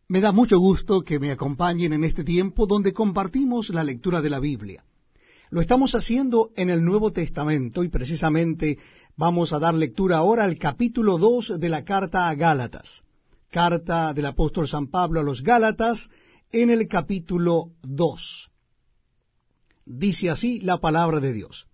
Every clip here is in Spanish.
Me da mucho gusto que me acompañen en este tiempo donde compartimos la lectura de la Biblia. Lo estamos haciendo en el Nuevo Testamento y precisamente vamos a dar lectura ahora al capítulo 2 de la carta a Gálatas. Carta del apóstol San Pablo a los Gálatas en el capítulo 2. Dice así la palabra de Dios.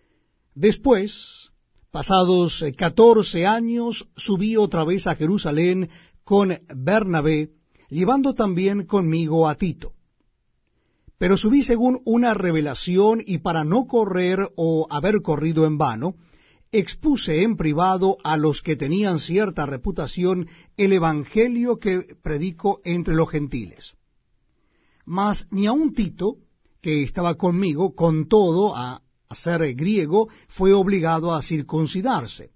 Después, pasados 14 años, subí otra vez a Jerusalén con Bernabé, llevando también conmigo a Tito. Pero subí según una revelación, y para no correr o haber corrido en vano, expuse en privado a los que tenían cierta reputación el evangelio que predico entre los gentiles. Mas ni aun Tito, que estaba conmigo, con todo a ser griego, fue obligado a circuncidarse.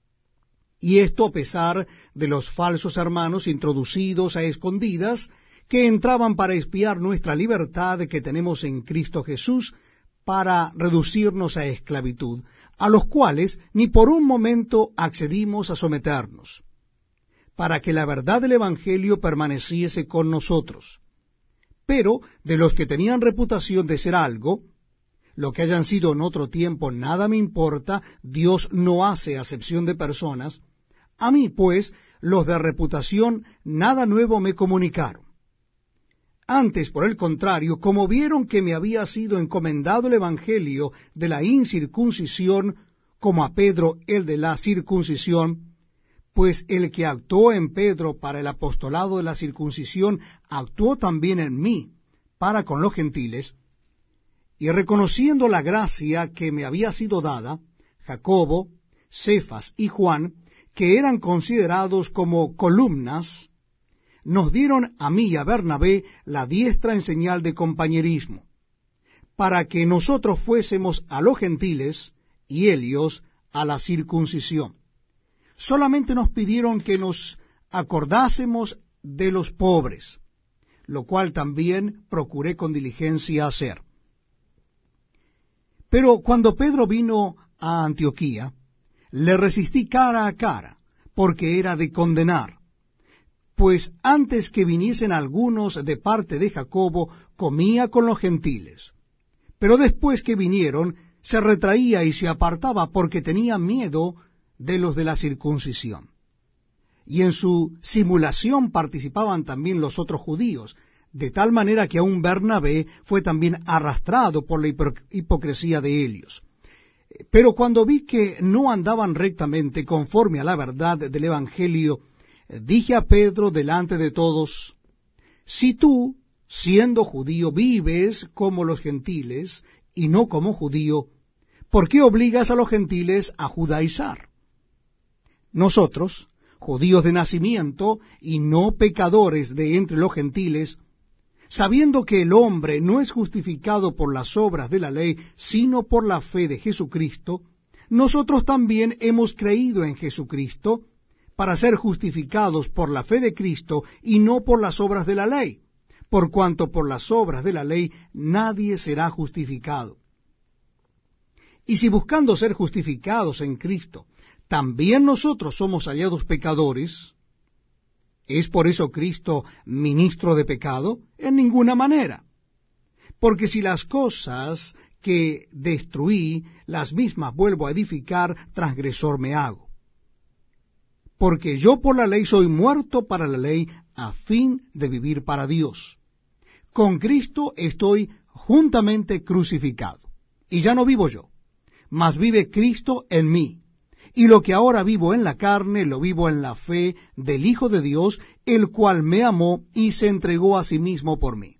Y esto a pesar de los falsos hermanos introducidos a escondidas, que entraban para espiar nuestra libertad que tenemos en Cristo Jesús, para reducirnos a esclavitud, a los cuales ni por un momento accedimos a someternos, para que la verdad del Evangelio permaneciese con nosotros. Pero de los que tenían reputación de ser algo, lo que hayan sido en otro tiempo nada me importa, Dios no hace acepción de personas. A mí, pues, los de reputación nada nuevo me comunicaron. Antes, por el contrario, como vieron que me había sido encomendado el evangelio de la incircuncisión, como a Pedro el de la circuncisión, pues el que actuó en Pedro para el apostolado de la circuncisión, actuó también en mí para con los gentiles, y reconociendo la gracia que me había sido dada, Jacobo, Cefas y Juan, que eran considerados como columnas, nos dieron a mí y a Bernabé la diestra en señal de compañerismo, para que nosotros fuésemos a los gentiles y ellos a la circuncisión. Solamente nos pidieron que nos acordásemos de los pobres, lo cual también procuré con diligencia hacer. Pero cuando Pedro vino a Antioquía, le resistí cara a cara, porque era de condenar. Pues antes que viniesen algunos de parte de Jacobo, comía con los gentiles. Pero después que vinieron, se retraía y se apartaba, porque tenía miedo de los de la circuncisión. Y en su simulación participaban también los otros judíos, de tal manera que aun Bernabé fue también arrastrado por la hipocresía de ellos. Pero cuando vi que no andaban rectamente conforme a la verdad del Evangelio, dije a Pedro delante de todos: si tú, siendo judío, vives como los gentiles y no como judío, ¿por qué obligas a los gentiles a judaizar? Nosotros, judíos de nacimiento y no pecadores de entre los gentiles, sabiendo que el hombre no es justificado por las obras de la ley, sino por la fe de Jesucristo, nosotros también hemos creído en Jesucristo para ser justificados por la fe de Cristo y no por las obras de la ley, por cuanto por las obras de la ley nadie será justificado. Y si buscando ser justificados en Cristo, también nosotros somos hallados pecadores, ¿es por eso Cristo ministro de pecado? En ninguna manera. Porque si las cosas que destruí, las mismas vuelvo a edificar, transgresor me hago. Porque yo por la ley soy muerto para la ley, a fin de vivir para Dios. Con Cristo estoy juntamente crucificado. Y ya no vivo yo, mas vive Cristo en mí. Y lo que ahora vivo en la carne, lo vivo en la fe del Hijo de Dios, el cual me amó y se entregó a sí mismo por mí.